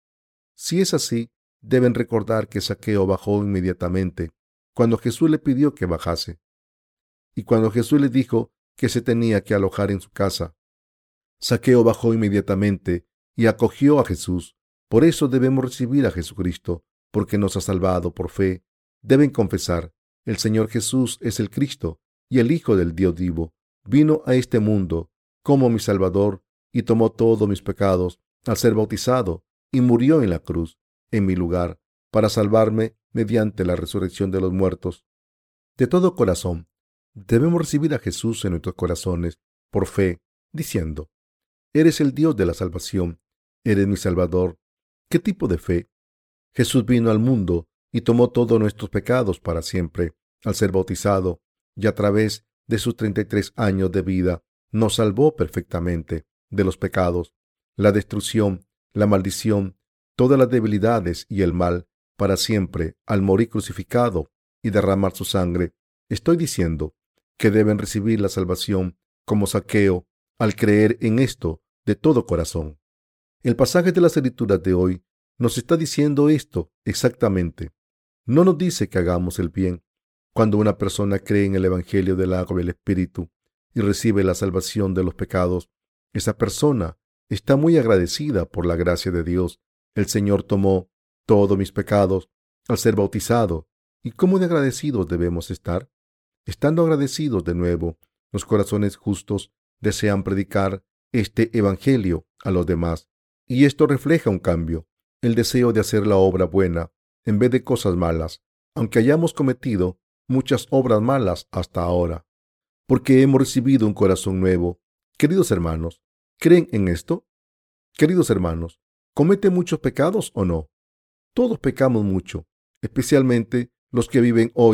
Si es así, deben recordar que Zaqueo bajó inmediatamente cuando Jesús le pidió que bajase y cuando Jesús le dijo que se tenía que alojar en su casa. Zaqueo bajó inmediatamente y acogió a Jesús. Por eso debemos recibir a Jesucristo, porque nos ha salvado por fe. Deben confesar: el Señor Jesús es el Cristo y el Hijo del Dios vivo. Vino a este mundo como mi Salvador y tomó todos mis pecados al ser bautizado y murió en la cruz en mi lugar para salvarme mediante la resurrección de los muertos. De todo corazón, debemos recibir a Jesús en nuestros corazones por fe, diciendo: eres el Dios de la salvación, eres mi Salvador. ¿Qué tipo de fe? Jesús vino al mundo y tomó todos nuestros pecados para siempre al ser bautizado, y a través de sus treinta y tres años de vida nos salvó perfectamente de los pecados, la destrucción, la maldición, todas las debilidades y el mal para siempre al morir crucificado y derramar su sangre. Estoy diciendo que deben recibir la salvación como Zaqueo al creer en esto de todo corazón. El pasaje de las Escrituras de hoy nos está diciendo esto exactamente. No nos dice que hagamos el bien. Cuando una persona cree en el Evangelio del agua y el Espíritu y recibe la salvación de los pecados, esa persona está muy agradecida por la gracia de Dios. El Señor tomó todos mis pecados al ser bautizado. ¿Y cómo de agradecidos debemos estar? Estando agradecidos de nuevo, los corazones justos desean predicar este Evangelio a los demás. Y esto refleja un cambio, el deseo de hacer la obra buena en vez de cosas malas, aunque hayamos cometido muchas obras malas hasta ahora, porque hemos recibido un corazón nuevo. Queridos hermanos, ¿creen en esto? Queridos hermanos, ¿cometen muchos pecados o no? Todos pecamos mucho, especialmente los que viven hoy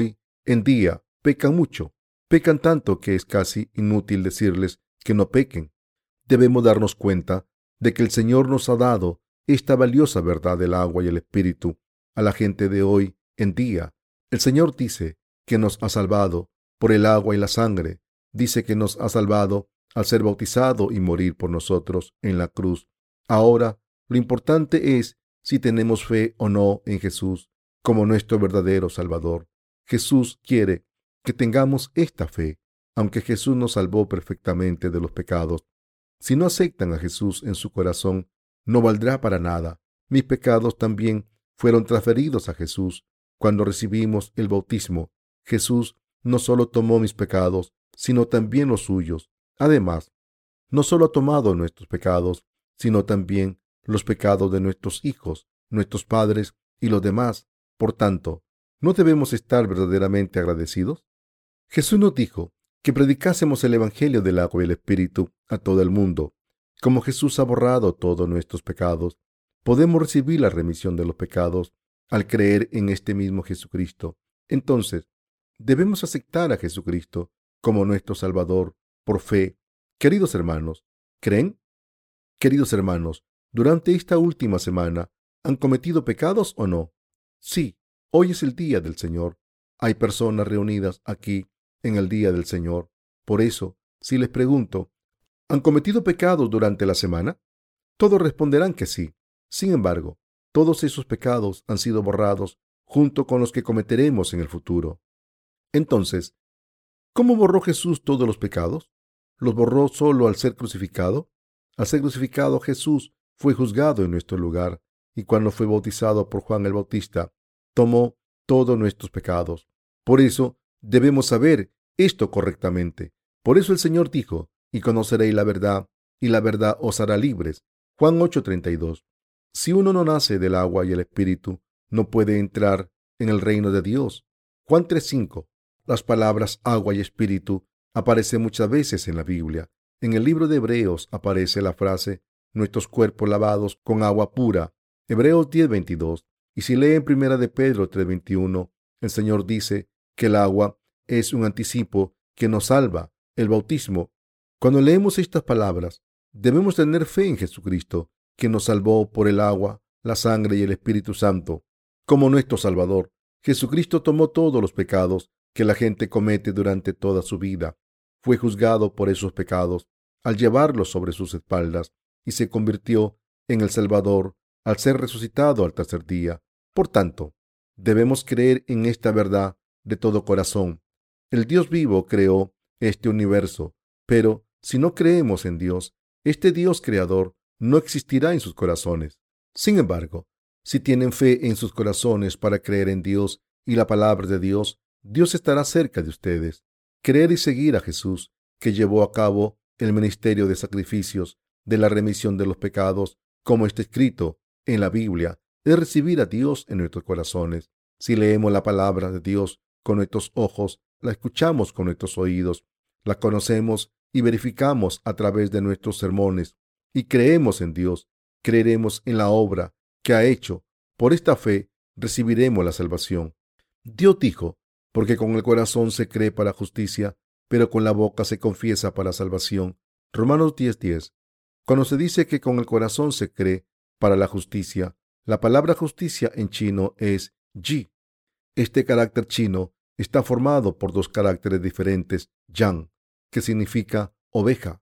en día pecan mucho. Pecan tanto que es casi inútil decirles que no pequen. Debemos darnos cuenta de que el Señor nos ha dado esta valiosa verdad del agua y el Espíritu a la gente de hoy en día. El Señor dice que nos ha salvado por el agua y la sangre. Dice que nos ha salvado al ser bautizado y morir por nosotros en la cruz. Ahora, lo importante es si tenemos fe o no en Jesús como nuestro verdadero Salvador. Jesús quiere que tengamos esta fe, aunque Jesús nos salvó perfectamente de los pecados. Si no aceptan a Jesús en su corazón, no valdrá para nada. Mis pecados también fueron transferidos a Jesús cuando recibimos el bautismo. Jesús no solo tomó mis pecados, sino también los suyos. Además, no solo ha tomado nuestros pecados, sino también los pecados de nuestros hijos, nuestros padres y los demás. Por tanto, ¿no debemos estar verdaderamente agradecidos? Jesús nos dijo que predicásemos el Evangelio del agua y el Espíritu a todo el mundo. Como Jesús ha borrado todos nuestros pecados, podemos recibir la remisión de los pecados al creer en este mismo Jesucristo. Entonces, debemos aceptar a Jesucristo como nuestro Salvador por fe. Queridos hermanos, ¿creen? Queridos hermanos, durante esta última semana, ¿han cometido pecados o no? Sí, hoy es el día del Señor. Hay personas reunidas aquí en el día del Señor. Por eso, si les pregunto, ¿han cometido pecados durante la semana? Todos responderán que sí. Sin embargo, todos esos pecados han sido borrados junto con los que cometeremos en el futuro. Entonces, ¿cómo borró Jesús todos los pecados? ¿Los borró solo al ser crucificado? Al ser crucificado, Jesús fue juzgado en nuestro lugar, y cuando fue bautizado por Juan el Bautista, tomó todos nuestros pecados. Por eso, debemos saber esto correctamente. Por eso el Señor dijo, y conoceréis la verdad, y la verdad os hará libres. Juan ocho treinta y dos. Si uno no nace del agua y el Espíritu, no puede entrar en el reino de Dios. Juan tres cinco. Las palabras agua y espíritu aparecen muchas veces en la Biblia. En el libro de Hebreos aparece la frase nuestros cuerpos lavados con agua pura. Hebreos diez veintidós. Y si leen primera de Pedro tres veintiuno, el Señor dice que el agua es un anticipo que nos salva, el bautismo. Cuando leemos estas palabras, debemos tener fe en Jesucristo, que nos salvó por el agua, la sangre y el Espíritu Santo. Como nuestro Salvador, Jesucristo tomó todos los pecados que la gente comete durante toda su vida. Fue juzgado por esos pecados al llevarlos sobre sus espaldas y se convirtió en el Salvador al ser resucitado al tercer día. Por tanto, debemos creer en esta verdad de todo corazón. El Dios vivo creó este universo, pero si no creemos en Dios, este Dios creador no existirá en sus corazones. Sin embargo, si tienen fe en sus corazones para creer en Dios y la palabra de Dios, Dios estará cerca de ustedes. Creer y seguir a Jesús, que llevó a cabo el ministerio de sacrificios de la remisión de los pecados, como está escrito en la Biblia, es recibir a Dios en nuestros corazones. Si leemos la palabra de Dios con nuestros ojos, la escuchamos con nuestros oídos, la conocemos y verificamos a través de nuestros sermones, y creemos en Dios, creeremos en la obra que ha hecho. Por esta fe recibiremos la salvación. Dios dijo, porque con el corazón se cree para justicia, pero con la boca se confiesa para salvación. Romanos diez diez. Cuando se dice que con el corazón se cree para la justicia, la palabra justicia en chino es ji. Este carácter chino está formado por dos caracteres diferentes, yang, que significa oveja,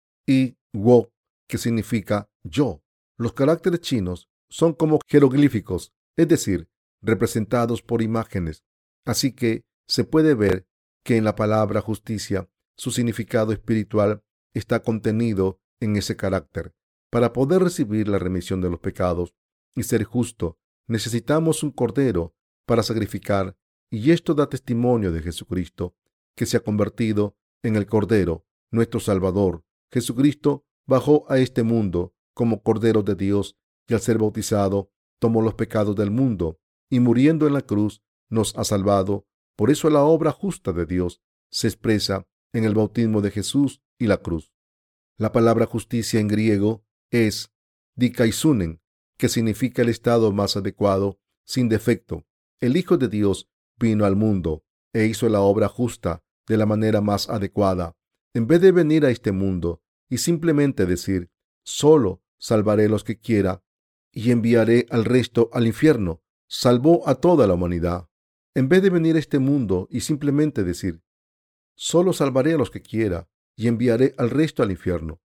y wo, que significa yo. Los caracteres chinos son como jeroglíficos, es decir, representados por imágenes. Así que se puede ver que en la palabra justicia su significado espiritual está contenido en ese carácter. Para poder recibir la remisión de los pecados y ser justo, necesitamos un cordero para sacrificar, y esto da testimonio de Jesucristo, que se ha convertido en el Cordero, nuestro Salvador. Jesucristo bajó a este mundo como Cordero de Dios, y al ser bautizado, tomó los pecados del mundo, y muriendo en la cruz, nos ha salvado. Por eso la obra justa de Dios se expresa en el bautismo de Jesús y la cruz. La palabra justicia en griego es dikaisunen, que significa el estado más adecuado, sin defecto. El Hijo de Dios vino al mundo e hizo la obra justa de la manera más adecuada. En vez de venir a este mundo y simplemente decir, solo salvaré a los que quiera y enviaré al resto al infierno, salvó a toda la humanidad. En vez de venir a este mundo y simplemente decir, solo salvaré a los que quiera y enviaré al resto al infierno,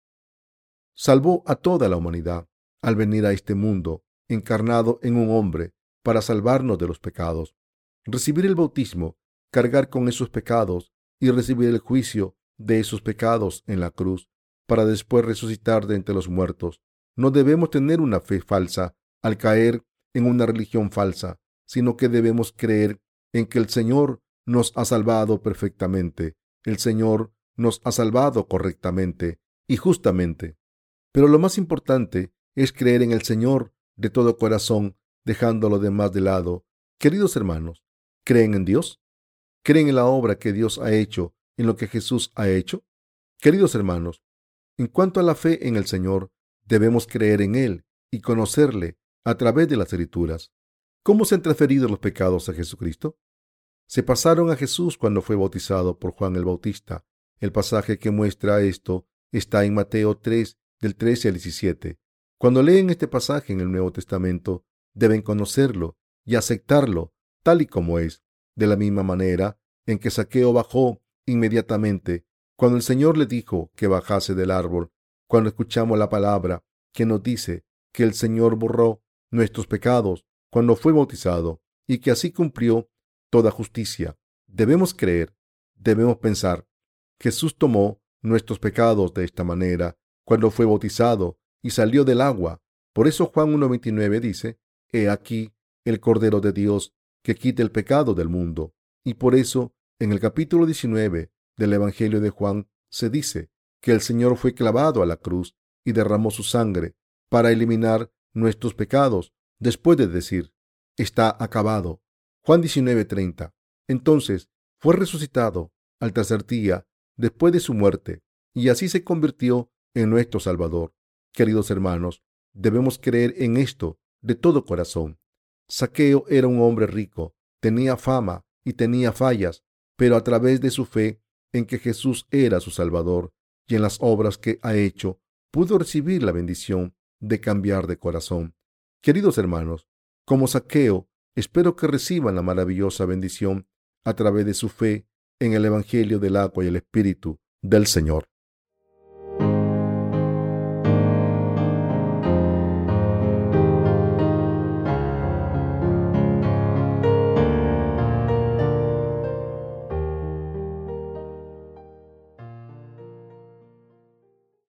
salvó a toda la humanidad al venir a este mundo encarnado en un hombre para salvarnos de los pecados, recibir el bautismo, cargar con esos pecados y recibir el juicio de esos pecados en la cruz para después resucitar de entre los muertos. No debemos tener una fe falsa al caer en una religión falsa, sino que debemos creer en que el Señor nos ha salvado perfectamente. El Señor nos ha salvado correctamente y justamente. Pero lo más importante es creer en el Señor de todo corazón, dejando lo demás de lado. Queridos hermanos, ¿creen en Dios? ¿Creen en la obra que Dios ha hecho, en lo que Jesús ha hecho? Queridos hermanos, en cuanto a la fe en el Señor, debemos creer en Él y conocerle a través de las Escrituras. ¿Cómo se han transferido los pecados a Jesucristo? Se pasaron a Jesús cuando fue bautizado por Juan el Bautista. El pasaje que muestra esto está en Mateo tres, del trece al diecisiete. Cuando leen este pasaje en el Nuevo Testamento, deben conocerlo y aceptarlo tal y como es, de la misma manera en que Zaqueo bajó inmediatamente cuando el Señor le dijo que bajase del árbol. Cuando escuchamos la palabra que nos dice que el Señor borró nuestros pecados cuando fue bautizado y que así cumplió toda justicia, debemos creer, debemos pensar. Jesús tomó nuestros pecados de esta manera cuando fue bautizado y salió del agua. Por eso Juan uno veintinueve dice, he aquí el Cordero de Dios que quita el pecado del mundo. Y por eso en el capítulo diecinueve del Evangelio de Juan se dice que el Señor fue clavado a la cruz y derramó su sangre para eliminar nuestros pecados, después de decir, está acabado. Juan diecinueve treinta. Entonces fue resucitado al tercer día después de su muerte y así se convirtió en nuestro Salvador. Queridos hermanos, debemos creer en esto de todo corazón. Zaqueo era un hombre rico, tenía fama y tenía fallas, pero a través de su fe en que Jesús era su Salvador y en las obras que ha hecho, pudo recibir la bendición de cambiar de corazón. Queridos hermanos, como Zaqueo, espero que reciban la maravillosa bendición a través de su fe en el Evangelio del agua y el Espíritu del Señor.